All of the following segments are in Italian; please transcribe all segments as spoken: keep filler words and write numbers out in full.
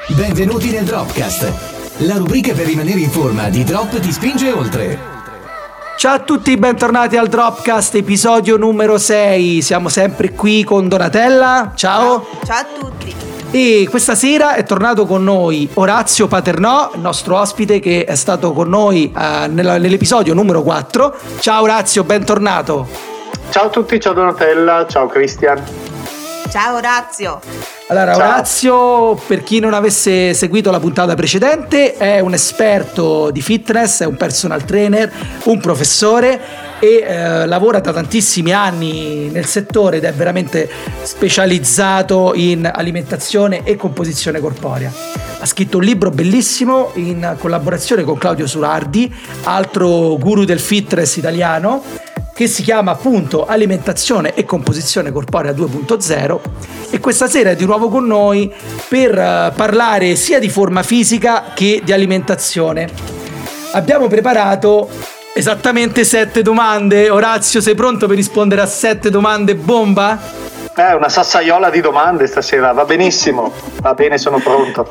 Benvenuti nel Dropcast, la rubrica per rimanere in forma di Drop ti spinge oltre. Ciao a tutti, bentornati al Dropcast, episodio numero sei. Siamo sempre qui con Donatella. Ciao. Ciao a tutti. E questa sera è tornato con noi Orazio Paternò, il nostro ospite che è stato con noi uh, nella, nell'episodio numero quattro. Ciao Orazio, bentornato. Ciao a tutti, ciao Donatella, ciao Cristian. Ciao Orazio. Allora, Ciao. Orazio, per chi non avesse seguito la puntata precedente, è un esperto di fitness, è un personal trainer, un professore e eh, lavora da tantissimi anni nel settore ed è veramente specializzato in alimentazione e composizione corporea. Ha scritto un libro bellissimo in collaborazione con Claudio Surardi, altro guru del fitness italiano, che si chiama appunto Alimentazione e Composizione Corporea due punto zero, e questa sera è di nuovo con noi per uh, parlare sia di forma fisica che di alimentazione. Abbiamo preparato esattamente sette domande. Orazio, sei pronto per rispondere a sette domande bomba? Eh, una sassaiola di domande stasera, va benissimo, va bene, sono pronto.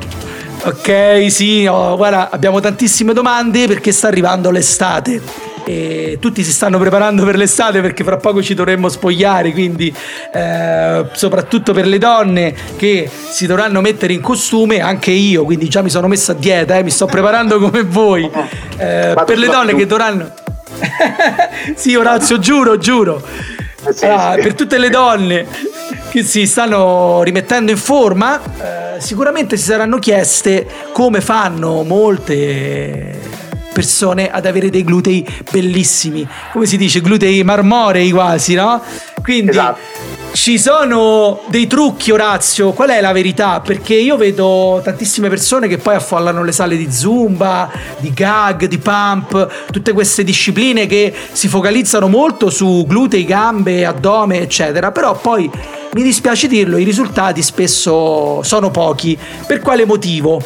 Ok, sì, oh, guarda, abbiamo tantissime domande perché sta arrivando l'estate e tutti si stanno preparando per l'estate perché fra poco ci dovremmo spogliare, quindi eh, soprattutto per le donne che si dovranno mettere in costume, anche io, quindi già mi sono messo a dieta, eh, mi sto preparando come voi, eh, per le donne che dovranno sì Orazio, giuro, giuro Sì, allora, sì. per tutte le donne che si stanno rimettendo in forma, eh, sicuramente si saranno chieste come fanno molte persone ad avere dei glutei bellissimi, come si dice, glutei marmorei quasi, no? Quindi Esatto. Ci sono dei trucchi, Orazio, qual è la verità? Perché io vedo tantissime persone che poi affollano le sale di Zumba, di gag, di pump, tutte queste discipline che si focalizzano molto su glutei, gambe, addome, eccetera, però poi, mi dispiace dirlo, i risultati spesso sono pochi. Per quale motivo?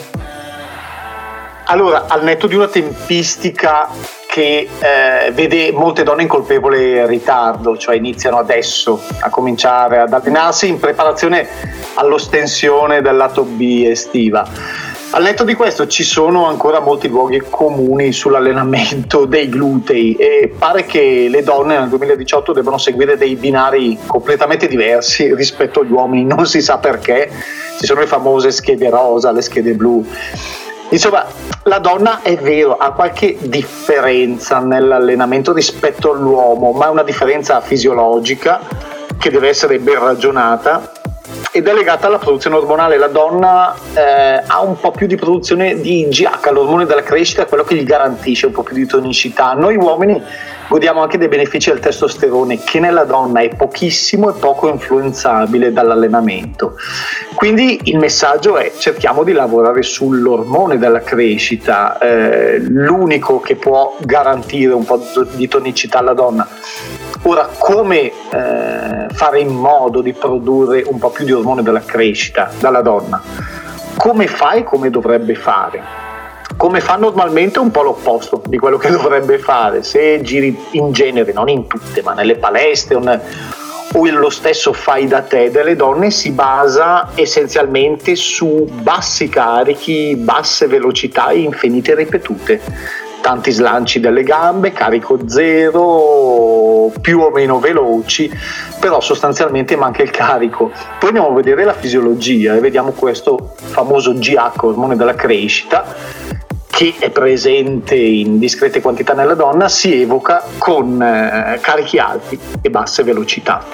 Allora, al netto di una tempistica che eh, vede molte donne in colpevole ritardo, cioè iniziano adesso a cominciare ad allenarsi in preparazione all'ostensione del lato B estiva. Al netto di questo ci sono ancora molti luoghi comuni sull'allenamento dei glutei e pare che le donne nel duemiladiciotto debbano seguire dei binari completamente diversi rispetto agli uomini, non si sa perché. Ci sono le famose schede rosa, le schede blu. Insomma, la donna è vero, ha qualche differenza nell'allenamento rispetto all'uomo, ma è una differenza fisiologica che deve essere ben ragionata ed è legata alla produzione ormonale. La donna eh, ha un po' più di produzione di I G H, l'ormone della crescita, quello che gli garantisce un po' più di tonicità. Noi uomini godiamo anche dei benefici del testosterone, che nella donna è pochissimo e poco influenzabile dall'allenamento. Quindi il messaggio è: cerchiamo di lavorare sull'ormone della crescita, eh, l'unico che può garantire un po' di tonicità alla donna. Ora, come eh, fare in modo di produrre un po' più di ormone della crescita dalla donna? Come fa e come dovrebbe fare? Come fa normalmente un po' l'opposto di quello che dovrebbe fare. Se giri in genere, non in tutte, ma nelle palestre o lo stesso fai da te delle donne, si basa essenzialmente su bassi carichi, basse velocità e infinite ripetute. Tanti slanci delle gambe, carico zero, più o meno veloci, però sostanzialmente manca il carico. Poi andiamo a vedere la fisiologia e vediamo questo famoso G H, ormone della crescita, che è presente in discrete quantità nella donna, si evoca con eh, carichi alti e basse velocità,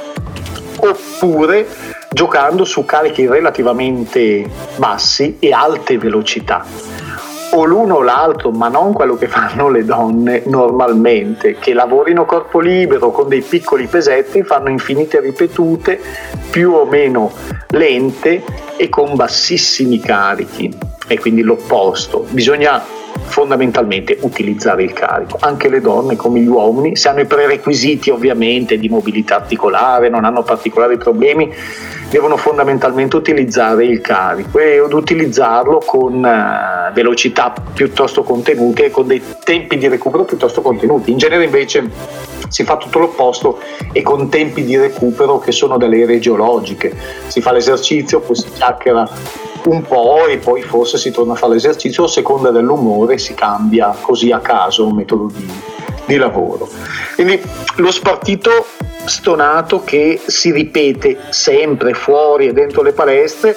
oppure giocando su carichi relativamente bassi e alte velocità, o l'uno o l'altro, ma non quello che fanno le donne normalmente, che lavorino corpo libero con dei piccoli pesetti, fanno infinite ripetute più o meno lente e con bassissimi carichi. E quindi l'opposto. Bisogna fondamentalmente utilizzare il carico. Anche le donne, come gli uomini, se hanno i prerequisiti ovviamente di mobilità articolare, non hanno particolari problemi, devono fondamentalmente utilizzare il carico e ad utilizzarlo con uh, velocità piuttosto contenute e con dei tempi di recupero piuttosto contenuti. In genere invece si fa tutto l'opposto e con tempi di recupero che sono delle ere geologiche. Si fa l'esercizio, poi si chiacchiera un po' e poi forse si torna a fare l'esercizio, a seconda dell'umore si cambia così a caso un metodo di, di lavoro. Quindi lo spartito stonato che si ripete sempre fuori e dentro le palestre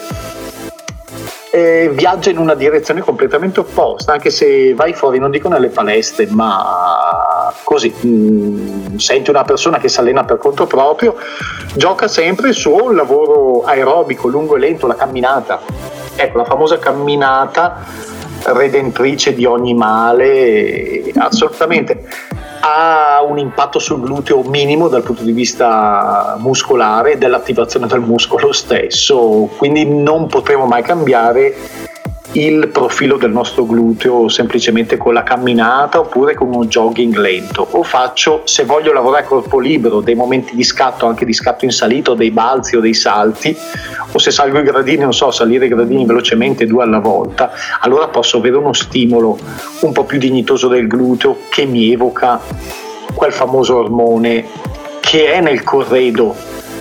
eh, viaggia in una direzione completamente opposta, anche se vai fuori, non dico nelle palestre, ma così mh, senti una persona che si allena per conto proprio, gioca sempre sul lavoro aerobico lungo e lento, la camminata, ecco, la famosa camminata redentrice di ogni male, assolutamente. Ha un impatto sul gluteo minimo dal punto di vista muscolare e dell'attivazione del muscolo stesso, quindi non potremo mai cambiare il profilo del nostro gluteo semplicemente con la camminata oppure con uno jogging lento. O faccio, se voglio lavorare a corpo libero, dei momenti di scatto, anche di scatto in salita, o dei balzi o dei salti, o se salgo i gradini, non so, salire i gradini velocemente due alla volta, allora posso avere uno stimolo un po' più dignitoso del gluteo che mi evoca quel famoso ormone che è nel corredo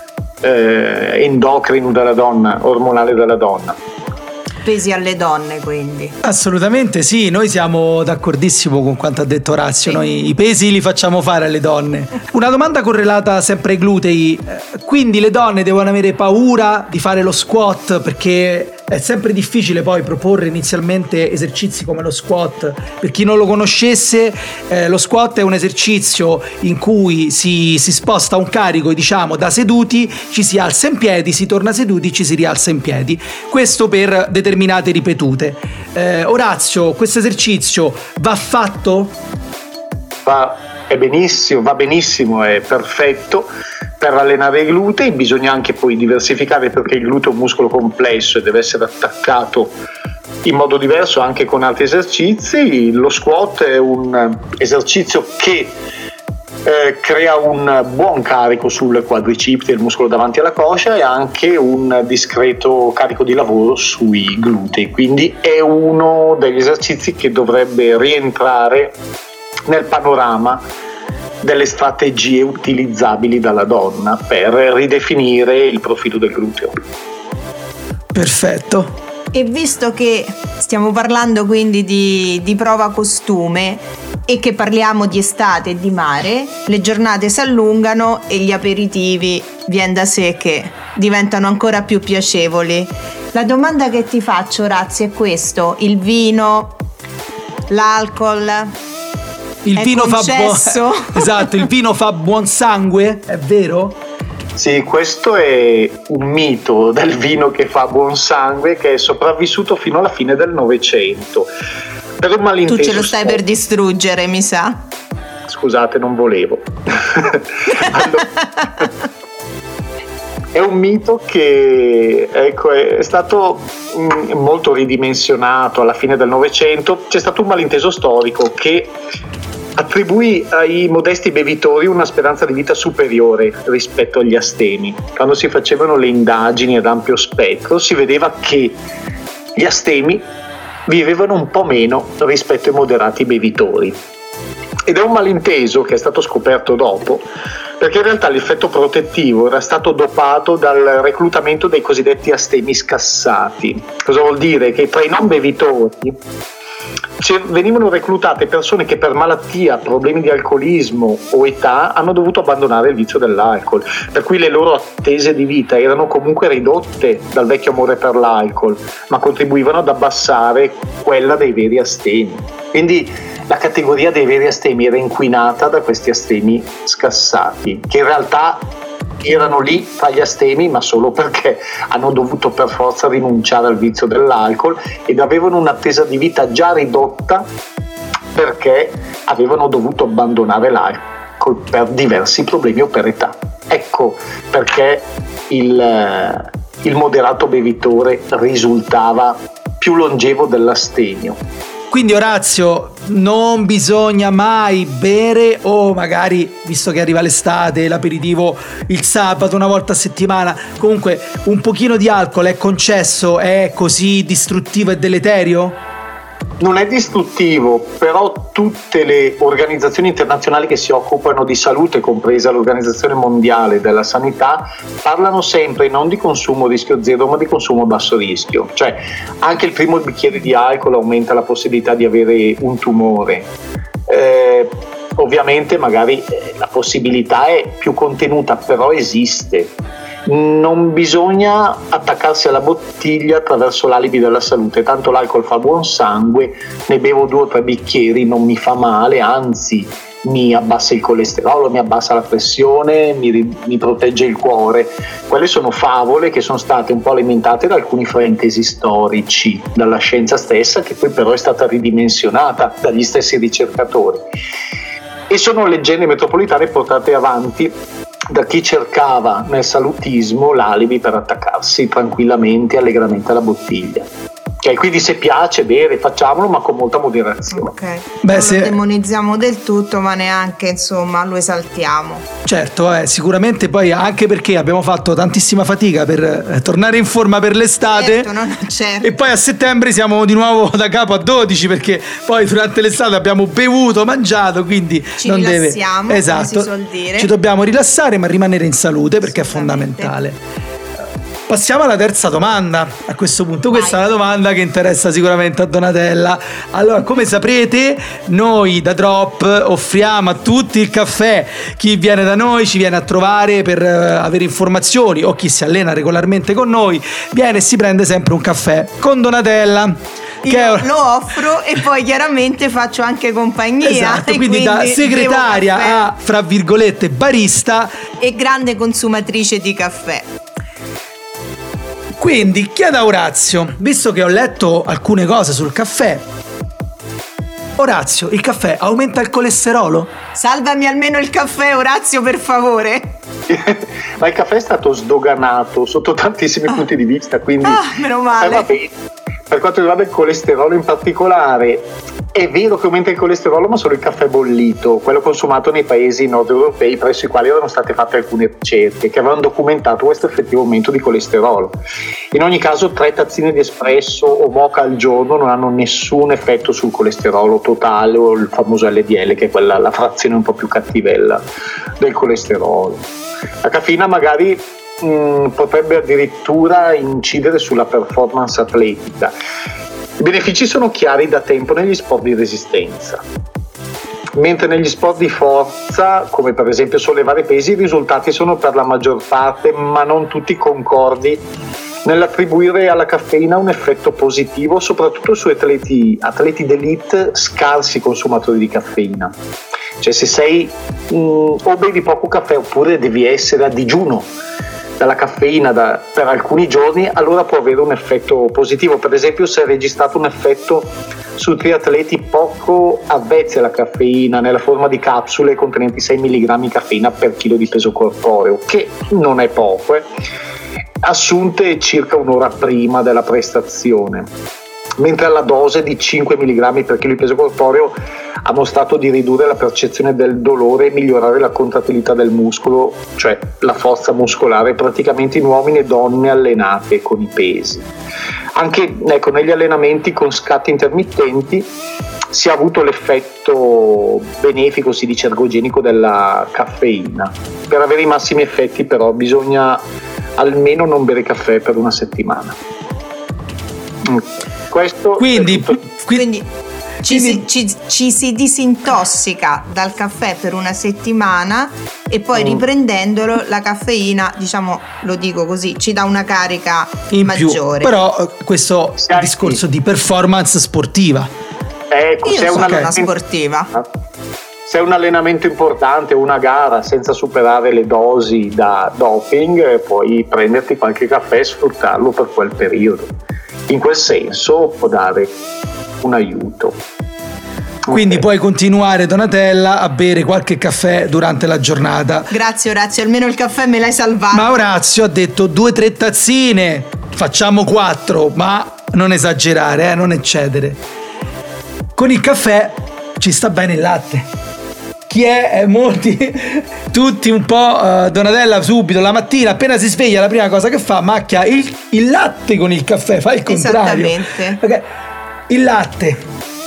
eh, endocrino della donna, ormonale della donna. Pesi alle donne, quindi. Assolutamente sì, noi siamo d'accordissimo con quanto ha detto Orazio, sì. Noi i pesi li facciamo fare alle donne. Una domanda correlata sempre ai glutei, quindi le donne devono avere paura di fare lo squat, perché è sempre difficile poi proporre inizialmente esercizi come lo squat. Per chi non lo conoscesse, eh, lo squat è un esercizio in cui si, si sposta un carico, diciamo, da seduti, ci si alza in piedi, si torna seduti, ci si rialza in piedi. Questo per determinate ripetute. Eh, Orazio, questo esercizio va fatto? Va, è benissimo, va benissimo, è perfetto. Per allenare i glutei bisogna anche poi diversificare, perché il gluteo è un muscolo complesso e deve essere attaccato in modo diverso anche con altri esercizi. Lo squat è un esercizio che eh, crea un buon carico sul quadricipite, il muscolo davanti alla coscia, e anche un discreto carico di lavoro sui glutei, quindi è uno degli esercizi che dovrebbe rientrare nel panorama delle strategie utilizzabili dalla donna per ridefinire il profilo del gluteo. Perfetto. E visto che stiamo parlando quindi di, di prova costume e che parliamo di estate e di mare, le giornate si allungano e gli aperitivi vien da sé che diventano ancora più piacevoli. La domanda che ti faccio, Orazio, è questo: il vino, l'alcol, il è vino concesso? fa buon esatto, il vino fa buon sangue, è vero? Sì, questo è un mito del vino che fa buon sangue, che è sopravvissuto fino alla fine del Novecento. Per un malinteso. Tu ce lo stai storico. Per distruggere, mi sa. Scusate, non volevo. Allora, è un mito che, ecco, è stato mh, molto ridimensionato alla fine del Novecento. C'è stato un malinteso storico che attribuì ai modesti bevitori una speranza di vita superiore rispetto agli astemi. Quando si facevano le indagini ad ampio spettro, si vedeva che gli astemi vivevano un po' meno rispetto ai moderati bevitori. Ed è un malinteso che è stato scoperto dopo, perché in realtà l'effetto protettivo era stato dopato dal reclutamento dei cosiddetti astemi scassati. Cosa vuol dire? Che tra i non bevitori venivano reclutate persone che per malattia, problemi di alcolismo o età hanno dovuto abbandonare il vizio dell'alcol, per cui le loro attese di vita erano comunque ridotte dal vecchio amore per l'alcol, ma contribuivano ad abbassare quella dei veri astemi. Quindi la categoria dei veri astemi era inquinata da questi astemi scassati, che in realtà erano lì tra gli astemi, ma solo perché hanno dovuto per forza rinunciare al vizio dell'alcol ed avevano un'attesa di vita già ridotta perché avevano dovuto abbandonare l'alcol per diversi problemi o per età. Ecco perché il, il moderato bevitore risultava più longevo dell'astemio. Quindi Orazio, non bisogna mai bere, o magari, visto che arriva l'estate, l'aperitivo il sabato una volta a settimana, comunque un pochino di alcol è concesso, è così distruttivo e deleterio? Non è distruttivo, però tutte le organizzazioni internazionali che si occupano di salute, compresa l'Organizzazione Mondiale della Sanità, parlano sempre non di consumo rischio zero, ma di consumo a basso rischio. Cioè, anche il primo bicchiere di alcol aumenta la possibilità di avere un tumore. Eh, ovviamente magari la possibilità è più contenuta, però esiste. Non bisogna attaccarsi alla bottiglia attraverso l'alibi della salute, tanto l'alcol fa buon sangue, ne bevo due o tre bicchieri, non mi fa male, anzi mi abbassa il colesterolo, mi abbassa la pressione, mi, mi protegge il cuore. Quelle sono favole che sono state un po' alimentate da alcuni frantesi storici, dalla scienza stessa, che poi però è stata ridimensionata dagli stessi ricercatori, e sono leggende metropolitane portate avanti da chi cercava nel salutismo l'alibi per attaccarsi tranquillamente e allegramente alla bottiglia. Okay, quindi se piace bere, facciamolo, ma con molta moderazione. Ok. Beh, non se... lo demonizziamo del tutto, ma neanche, insomma, lo esaltiamo. Certo, eh, sicuramente poi anche perché abbiamo fatto tantissima fatica per eh, tornare in forma per l'estate. Certo, non certo. E poi a settembre siamo di nuovo da capo a dodici, perché poi durante l'estate abbiamo bevuto, mangiato, quindi ci non rilassiamo, deve... Esatto. come si suol dire. Ci dobbiamo rilassare, ma rimanere in salute, perché è fondamentale. Passiamo alla terza domanda a questo punto. Vai. Questa è una domanda che interessa sicuramente a Donatella. Allora, come saprete, noi da Drop offriamo a tutti il caffè. Chi viene da noi ci viene a trovare per uh, avere informazioni, o chi si allena regolarmente con noi viene e si prende sempre un caffè con Donatella. Io è... lo offro e poi chiaramente faccio anche compagnia. Esatto, quindi, quindi da segretaria a, fra virgolette, barista e grande consumatrice di caffè. Quindi chiedo a Orazio, visto che ho letto alcune cose sul caffè, Orazio, il caffè aumenta il colesterolo? Salvami almeno il caffè, Orazio, per favore. Ma il caffè è stato sdoganato sotto tantissimi ah. punti di vista, quindi ah, meno male. Eh, per quanto riguarda il colesterolo in particolare, è vero che aumenta il colesterolo, ma solo il caffè bollito, quello consumato nei paesi nord europei, presso i quali erano state fatte alcune ricerche che avevano documentato questo effettivo aumento di colesterolo. In ogni caso, tre tazzine di espresso o mocha al giorno non hanno nessun effetto sul colesterolo totale o il famoso L D L, che è quella, la frazione un po' più cattivella del colesterolo. La caffeina magari mh, potrebbe addirittura incidere sulla performance atletica. I benefici sono chiari da tempo negli sport di resistenza, mentre negli sport di forza, come per esempio sollevare pesi, i risultati sono per la maggior parte, ma non tutti, concordi nell'attribuire alla caffeina un effetto positivo, soprattutto su atleti, atleti d'elite scarsi consumatori di caffeina. Cioè, se sei mh, o bevi poco caffè oppure devi essere a digiuno dalla caffeina da, per alcuni giorni, allora può avere un effetto positivo. Per esempio, si è registrato un effetto su triatleti poco avvezzi alla caffeina nella forma di capsule contenenti sei milligrammi di caffeina per chilo di peso corporeo, che non è poco, eh, assunte circa un'ora prima della prestazione, mentre la dose di cinque milligrammi per chilo di peso corporeo ha mostrato di ridurre la percezione del dolore e migliorare la contrattilità del muscolo, cioè la forza muscolare, praticamente in uomini e donne allenate con i pesi. Anche ecco, negli allenamenti con scatti intermittenti si è avuto l'effetto benefico, si dice ergogenico, della caffeina. Per avere i massimi effetti però bisogna almeno non bere caffè per una settimana. Questo quindi, quindi ci, si, ci, ci si disintossica dal caffè per una settimana e poi mm. riprendendolo la caffeina, diciamo, lo dico così, ci dà una carica in maggiore. Più. Però questo è un discorso di performance sportiva. Ecco, Io se sono una una sportiva. Se è un allenamento importante, una gara senza superare le dosi da doping, puoi prenderti qualche caffè e sfruttarlo per quel periodo. In quel senso può dare un aiuto. Quindi okay. Puoi continuare, Donatella, a bere qualche caffè durante la giornata. Grazie Orazio, almeno il caffè me l'hai salvato. Ma Orazio ha detto due o tre tazzine, facciamo quattro, ma non esagerare, eh, non eccedere. Con il caffè ci sta bene il latte. Chi è? Eh, molti, tutti un po', uh, Donatella subito la mattina appena si sveglia la prima cosa che fa, macchia il, il latte con il caffè, fa il contrario. Esattamente. Okay. Il latte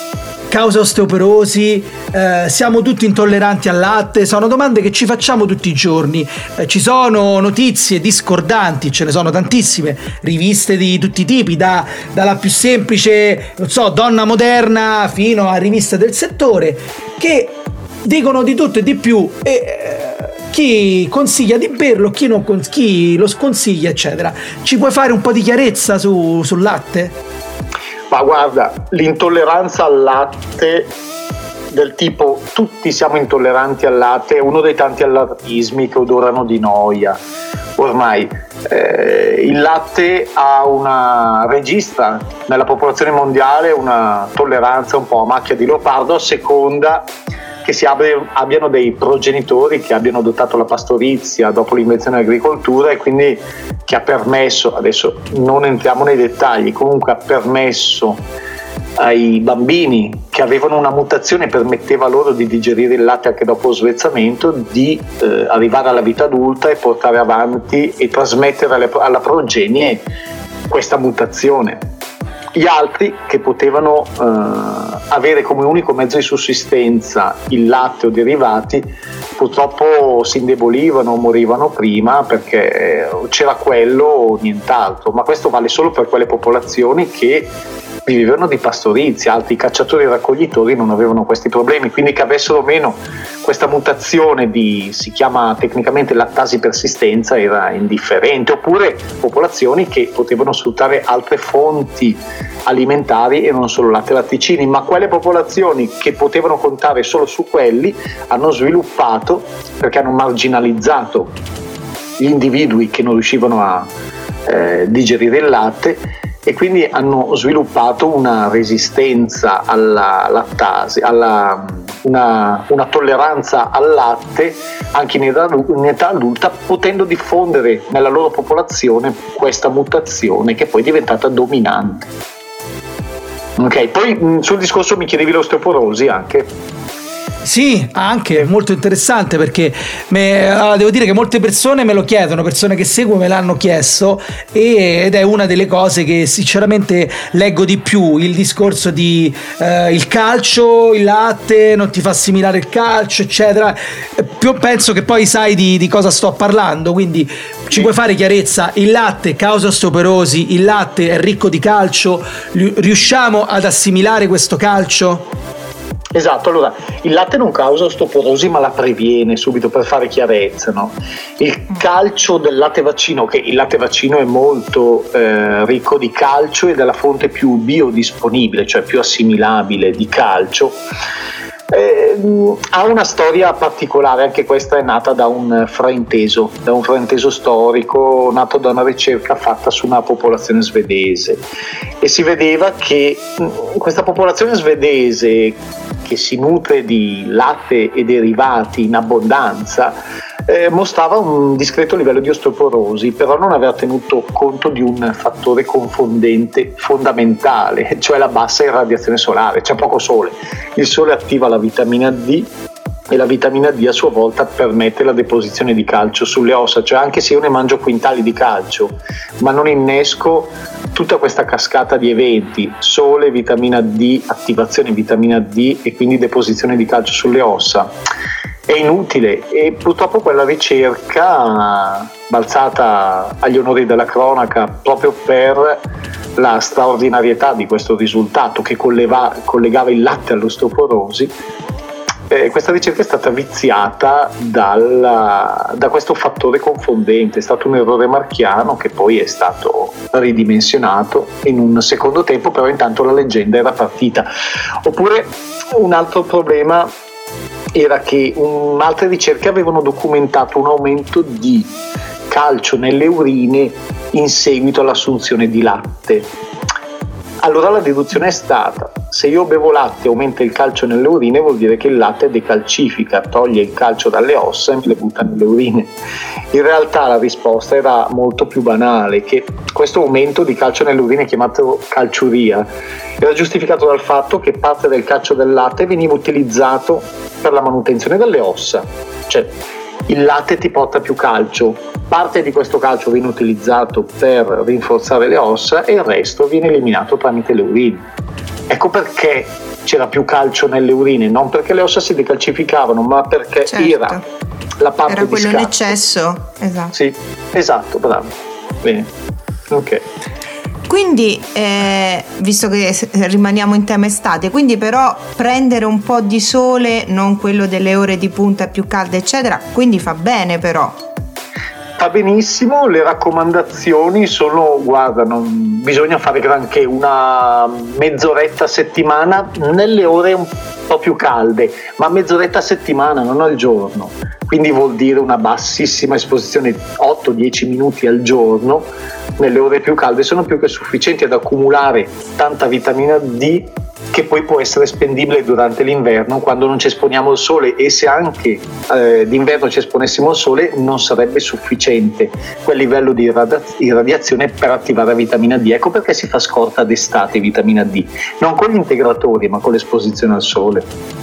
causa osteoporosi, eh, siamo tutti intolleranti al latte, sono domande che ci facciamo tutti i giorni. Eh, ci sono notizie discordanti, ce ne sono tantissime, riviste di tutti i tipi, da, dalla più semplice, non so, Donna Moderna fino a riviste del settore, che dicono di tutto e di più, e eh, chi consiglia di berlo, chi, non cons- chi lo sconsiglia, eccetera. Ci puoi fare un po' di chiarezza su, sul latte? Ma guarda, l'intolleranza al latte del tipo tutti siamo intolleranti al latte è uno dei tanti allarmismi che odorano di noia. Ormai eh, il latte ha una registra nella popolazione mondiale una tolleranza un po' a macchia di leopardo, a seconda che si abbia, abbiano dei progenitori che abbiano adottato la pastorizia dopo l'invenzione dell'agricoltura, e quindi che ha permesso, adesso non entriamo nei dettagli, comunque ha permesso ai bambini che avevano una mutazione permetteva loro di digerire il latte anche dopo lo svezzamento, di eh, arrivare alla vita adulta e portare avanti e trasmettere alle, alla progenie questa mutazione. Gli altri, che potevano eh, avere come unico mezzo di sussistenza il latte o derivati, purtroppo si indebolivano o morivano prima, perché c'era quello o nient'altro. Ma questo vale solo per quelle popolazioni che vivevano di pastorizia. Altri cacciatori e raccoglitori non avevano questi problemi, quindi che avessero meno questa mutazione di, si chiama tecnicamente lattasi persistenza, era indifferente. Oppure popolazioni che potevano sfruttare altre fonti alimentari e non solo latte e latticini, ma quelle popolazioni che potevano contare solo su quelli hanno sviluppato, perché hanno marginalizzato gli individui che non riuscivano a eh, digerire il latte, e quindi hanno sviluppato una resistenza alla lattasi, alla, una, una tolleranza al latte anche in età, in età adulta, potendo diffondere nella loro popolazione questa mutazione che poi è diventata dominante. Ok, poi sul discorso mi chiedevi l'osteoporosi anche. Sì, anche molto interessante, perché me, allora, devo dire che molte persone me lo chiedono, persone che seguo me l'hanno chiesto, e, ed è una delle cose che sinceramente leggo di più, il discorso di eh, il calcio, il latte non ti fa assimilare il calcio, eccetera. Più penso che poi sai di, di cosa sto parlando, quindi ci puoi fare chiarezza? Il latte causa osteoporosi, il latte è ricco di calcio, riusciamo ad assimilare questo calcio? Esatto, allora il latte non causa osteoporosi ma la previene, subito per fare chiarezza, no? Il calcio del latte vaccino, che il latte vaccino è molto eh, ricco di calcio ed è la fonte più biodisponibile, cioè più assimilabile di calcio, eh, ha una storia particolare. Anche questa è nata da un frainteso, da un frainteso storico nato da una ricerca fatta su una popolazione svedese, e si vedeva che questa popolazione svedese, che si nutre di latte e derivati in abbondanza, eh, mostrava un discreto livello di osteoporosi, però non aveva tenuto conto di un fattore confondente fondamentale, cioè la bassa irradiazione solare. C'è poco sole, il sole attiva la vitamina D, e la vitamina D a sua volta permette la deposizione di calcio sulle ossa, cioè anche se io ne mangio quintali di calcio ma non innesco tutta questa cascata di eventi, sole, vitamina D, attivazione vitamina D e quindi deposizione di calcio sulle ossa, è inutile. E purtroppo quella ricerca, balzata agli onori della cronaca proprio per la straordinarietà di questo risultato che collega, collegava il latte all'osteoporosi, Eh, questa ricerca è stata viziata dalla, da questo fattore confondente. È stato un errore marchiano che poi è stato ridimensionato in un secondo tempo, però intanto la leggenda era partita. Oppure un altro problema era che un, altre ricerche avevano documentato un aumento di calcio nelle urine in seguito all'assunzione di latte. Allora la deduzione è stata: se io bevo latte e aumenta il calcio nelle urine, vuol dire che il latte decalcifica, toglie il calcio dalle ossa e me le butta nelle urine. In realtà la risposta era molto più banale, che questo aumento di calcio nelle urine, chiamato calciuria, era giustificato dal fatto che parte del calcio del latte veniva utilizzato per la manutenzione delle ossa. Cioè, il latte ti porta più calcio, parte di questo calcio viene utilizzato per rinforzare le ossa e il resto viene eliminato tramite le urine. Ecco perché c'era più calcio nelle urine, non perché le ossa si decalcificavano, ma perché certo. era la parte era di quello in scarto. eccesso, esatto. Sì, esatto, bravo. Bene, ok. Quindi, eh, visto che rimaniamo in tema estate, quindi però prendere un po' di sole, non quello delle ore di punta più calde, eccetera, quindi fa bene però. Fa benissimo, le raccomandazioni sono, guarda, non bisogna fare granché, una mezz'oretta a settimana nelle ore un po' più calde, ma mezz'oretta a settimana, non al giorno. Quindi vuol dire una bassissima esposizione, otto dieci minuti al giorno nelle ore più calde sono più che sufficienti ad accumulare tanta vitamina D che poi può essere spendibile durante l'inverno quando non ci esponiamo al sole, e se anche eh, d'inverno ci esponessimo al sole non sarebbe sufficiente quel livello di irradiazione per attivare la vitamina D. Ecco perché si fa scorta d'estate vitamina D, non con gli integratori ma con l'esposizione al sole.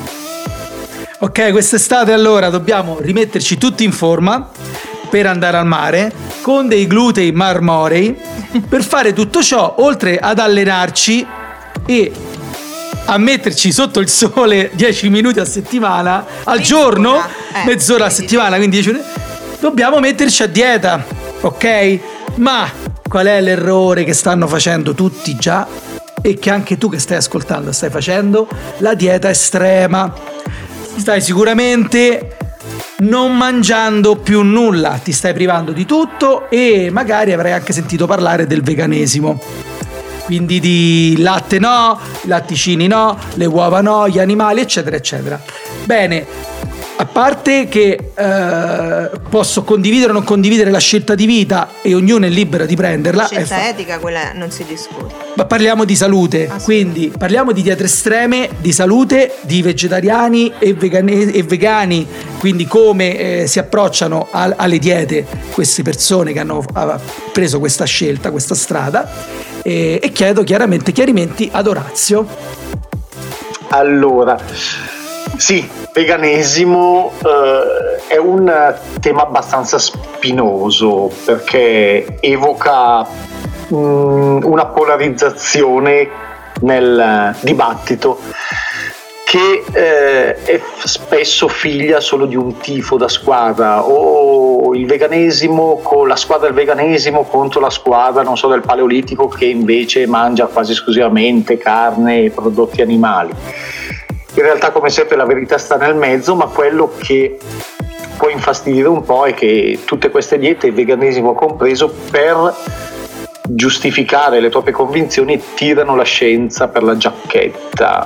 Ok, quest'estate allora dobbiamo rimetterci tutti in forma per andare al mare con dei glutei marmorei. Per fare tutto ciò, oltre ad allenarci e a metterci sotto il sole dieci minuti a settimana, al mezz'ora, giorno, eh, mezz'ora a settimana, quindi dieci minuti, dobbiamo metterci a dieta, ok? Ma qual è l'errore che stanno facendo tutti già e che anche tu che stai ascoltando stai facendo? La dieta estrema. Stai sicuramente non mangiando più nulla, ti stai privando di tutto e magari avrai anche sentito parlare del veganesimo. Quindi di latte no, latticini no, le uova no, gli animali eccetera eccetera. Bene, a parte che eh, posso condividere o non condividere la scelta di vita e ognuno è libero di prenderla. La scelta fa- etica quella non si discute. Ma parliamo di salute, quindi parliamo di diete estreme, di salute, di vegetariani e vegani, e vegani quindi come eh, si approcciano a, alle diete queste persone che hanno preso questa scelta, questa strada, e, e chiedo chiaramente chiarimenti ad Orazio. Allora, sì, veganesimo eh, è un tema abbastanza spinoso perché evoca mh, una polarizzazione nel dibattito che eh, è spesso figlia solo di un tifo da squadra, o il veganesimo con la squadra del veganesimo contro la squadra, non so, del paleolitico che invece mangia quasi esclusivamente carne e prodotti animali. In realtà, come sempre, la verità sta nel mezzo, ma quello che può infastidire un po' è che tutte queste diete, il veganesimo compreso, per giustificare le proprie convinzioni tirano la scienza per la giacchetta,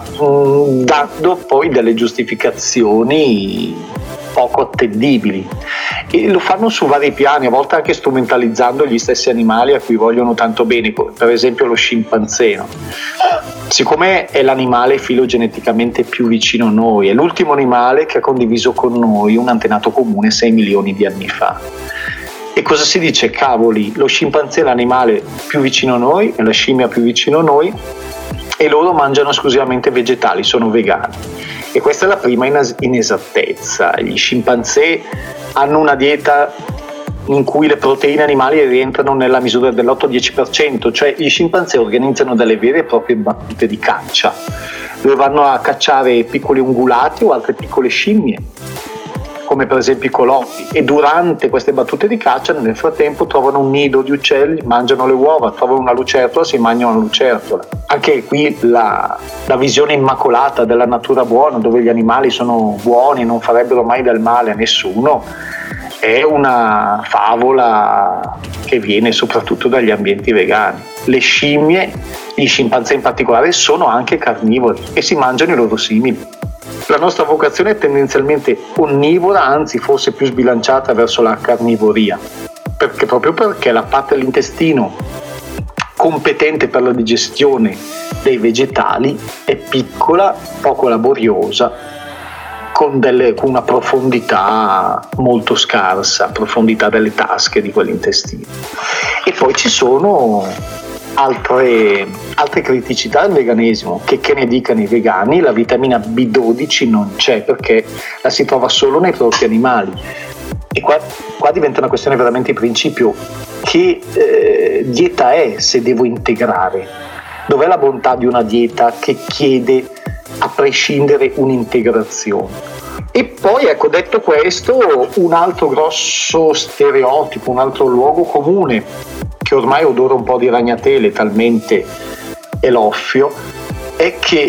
dando poi delle giustificazioni poco attendibili, e lo fanno su vari piani, a volte anche strumentalizzando gli stessi animali a cui vogliono tanto bene, per esempio lo scimpanzé, no? Siccome è l'animale filogeneticamente più vicino a noi, è l'ultimo animale che ha condiviso con noi un antenato comune sei milioni di anni fa. E cosa si dice? Cavoli, lo scimpanzé è l'animale più vicino a noi, è la scimmia più vicino a noi, e loro mangiano esclusivamente vegetali, sono vegani. E questa è la prima inesattezza. Gli scimpanzé hanno una dieta in cui le proteine animali rientrano nella misura dell'otto dieci per cento, cioè gli scimpanzé organizzano delle vere e proprie battute di caccia, dove vanno a cacciare piccoli ungulati o altre piccole scimmie, come per esempio i colombi, e durante queste battute di caccia nel frattempo trovano un nido di uccelli, mangiano le uova, trovano una lucertola, si mangiano una lucertola. Anche qui la, la visione immacolata della natura buona, dove gli animali sono buoni e non farebbero mai del male a nessuno, è una favola che viene soprattutto dagli ambienti vegani. Le scimmie, gli scimpanzé in particolare, sono anche carnivori e si mangiano i loro simili. La nostra vocazione è tendenzialmente onnivora, anzi forse più sbilanciata verso la carnivoria, perché proprio perché la parte dell'intestino competente per la digestione dei vegetali è piccola, poco laboriosa, con, delle, con una profondità molto scarsa, profondità delle tasche di quell'intestino. E poi ci sono altre, altre criticità del veganesimo, che, che ne dicano i vegani, la vitamina B dodici non c'è perché la si trova solo nei prodotti animali. E qua, qua diventa una questione veramente di principio: che eh, dieta è se devo integrare? Dov'è la bontà di una dieta che chiede a prescindere un'integrazione. E poi, ecco, detto questo, un altro grosso stereotipo, un altro luogo comune che ormai odora un po' di ragnatele, talmente è l'offio, è che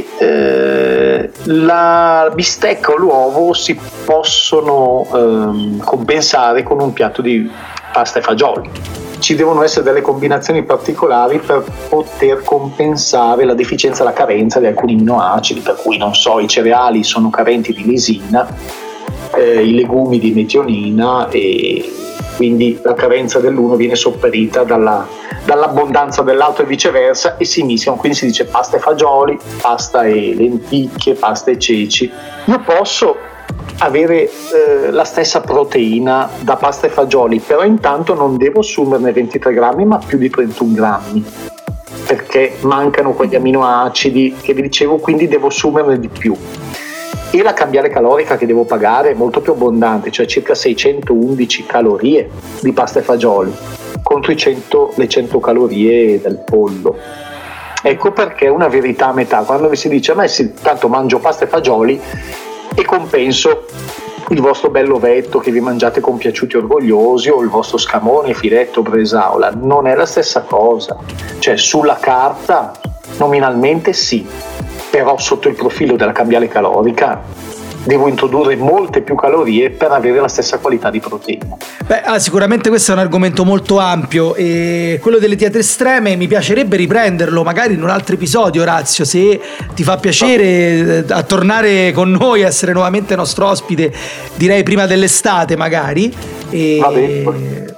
eh, la bistecca o l'uovo si possono eh, compensare con un piatto di pasta e fagioli. Ci devono essere delle combinazioni particolari per poter compensare la deficienza, la carenza di alcuni amminoacidi, per cui, non so, i cereali sono carenti di lisina, eh, i legumi di metionina, e quindi la carenza dell'uno viene sopperita dalla, dall'abbondanza dell'altro e viceversa, e si mischiano, quindi si dice pasta e fagioli, pasta e lenticchie, pasta e ceci. Io posso avere eh, la stessa proteina da pasta e fagioli, però intanto non devo assumerne ventitré grammi ma più di trentuno grammi, perché mancano quegli aminoacidi che vi dicevo, quindi devo assumerne di più. E la cambiale calorica che devo pagare è molto più abbondante, cioè circa seicentoundici calorie di pasta e fagioli contro i cento, le cento calorie del pollo. Ecco perché è una verità a metà. Quando vi si dice a me sì, tanto mangio pasta e fagioli e compenso il vostro bell'ovetto che vi mangiate compiaciuti e orgogliosi, o il vostro scamone, filetto, bresaola, non è la stessa cosa. Cioè, sulla carta nominalmente sì, però sotto il profilo della cambiale calorica devo introdurre molte più calorie per avere la stessa qualità di proteina. Beh, ah, sicuramente questo è un argomento molto ampio, e quello delle diete estreme mi piacerebbe riprenderlo magari in un altro episodio, Orazio, se ti fa piacere a tornare con noi, a essere nuovamente nostro ospite, direi prima dell'estate magari. E... Va bene.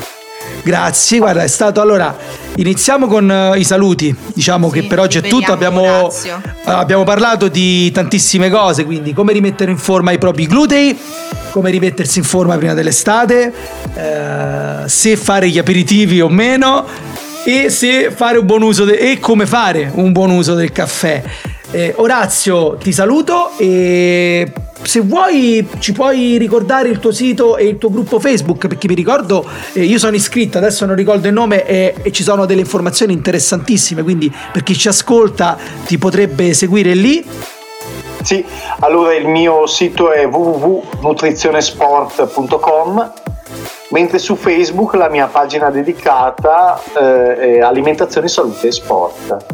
Grazie, guarda, è stato, allora iniziamo con uh, i saluti, diciamo sì, che per oggi è tutto, abbiamo, uh, abbiamo parlato di tantissime cose, quindi come rimettere in forma i propri glutei, come rimettersi in forma prima dell'estate, uh, se fare gli aperitivi o meno, e se fare un buon uso de- e come fare un buon uso del caffè. eh, Orazio, ti saluto, e se vuoi ci puoi ricordare il tuo sito e il tuo gruppo Facebook, perché mi ricordo, eh, io sono iscritto, adesso non ricordo il nome, e, e ci sono delle informazioni interessantissime, quindi per chi ci ascolta ti potrebbe seguire lì. Sì, allora il mio sito è w w w punto nutrizionesport punto com, mentre su Facebook la mia pagina dedicata eh, è Alimentazione, Salute e Sport.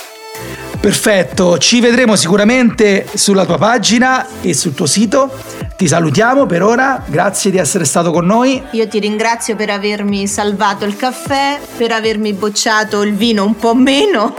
Perfetto, ci vedremo sicuramente sulla tua pagina e sul tuo sito. Ti salutiamo per ora, grazie di essere stato con noi. Io ti ringrazio per avermi salvato il caffè, per avermi bocciato il vino un po' meno.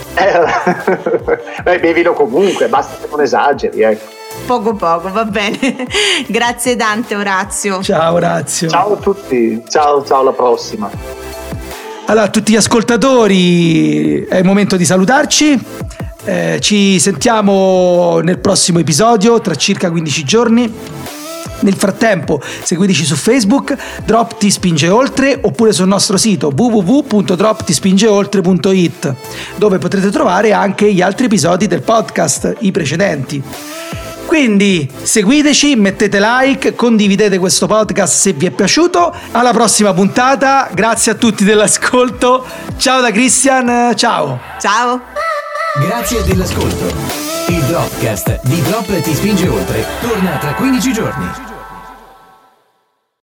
Eh, bevilo comunque, basta che non esageri, ecco. Poco poco, va bene. Grazie tante, Orazio. Ciao Orazio. Ciao a tutti, ciao, ciao, alla prossima. Allora, a tutti gli ascoltatori è il momento di salutarci. Eh, ci sentiamo nel prossimo episodio tra circa quindici giorni. Nel frattempo seguiteci su Facebook, Drop ti spinge oltre, oppure sul nostro sito w w w punto drop ti spinge oltre punto i t, dove potrete trovare anche gli altri episodi del podcast, i precedenti. Quindi seguiteci, mettete like, condividete questo podcast se vi è piaciuto. Alla prossima puntata, grazie a tutti dell'ascolto. Ciao da Christian, ciao. Ciao. Grazie dell'ascolto. Il Dropcast di Drop ti spinge oltre torna tra quindici giorni.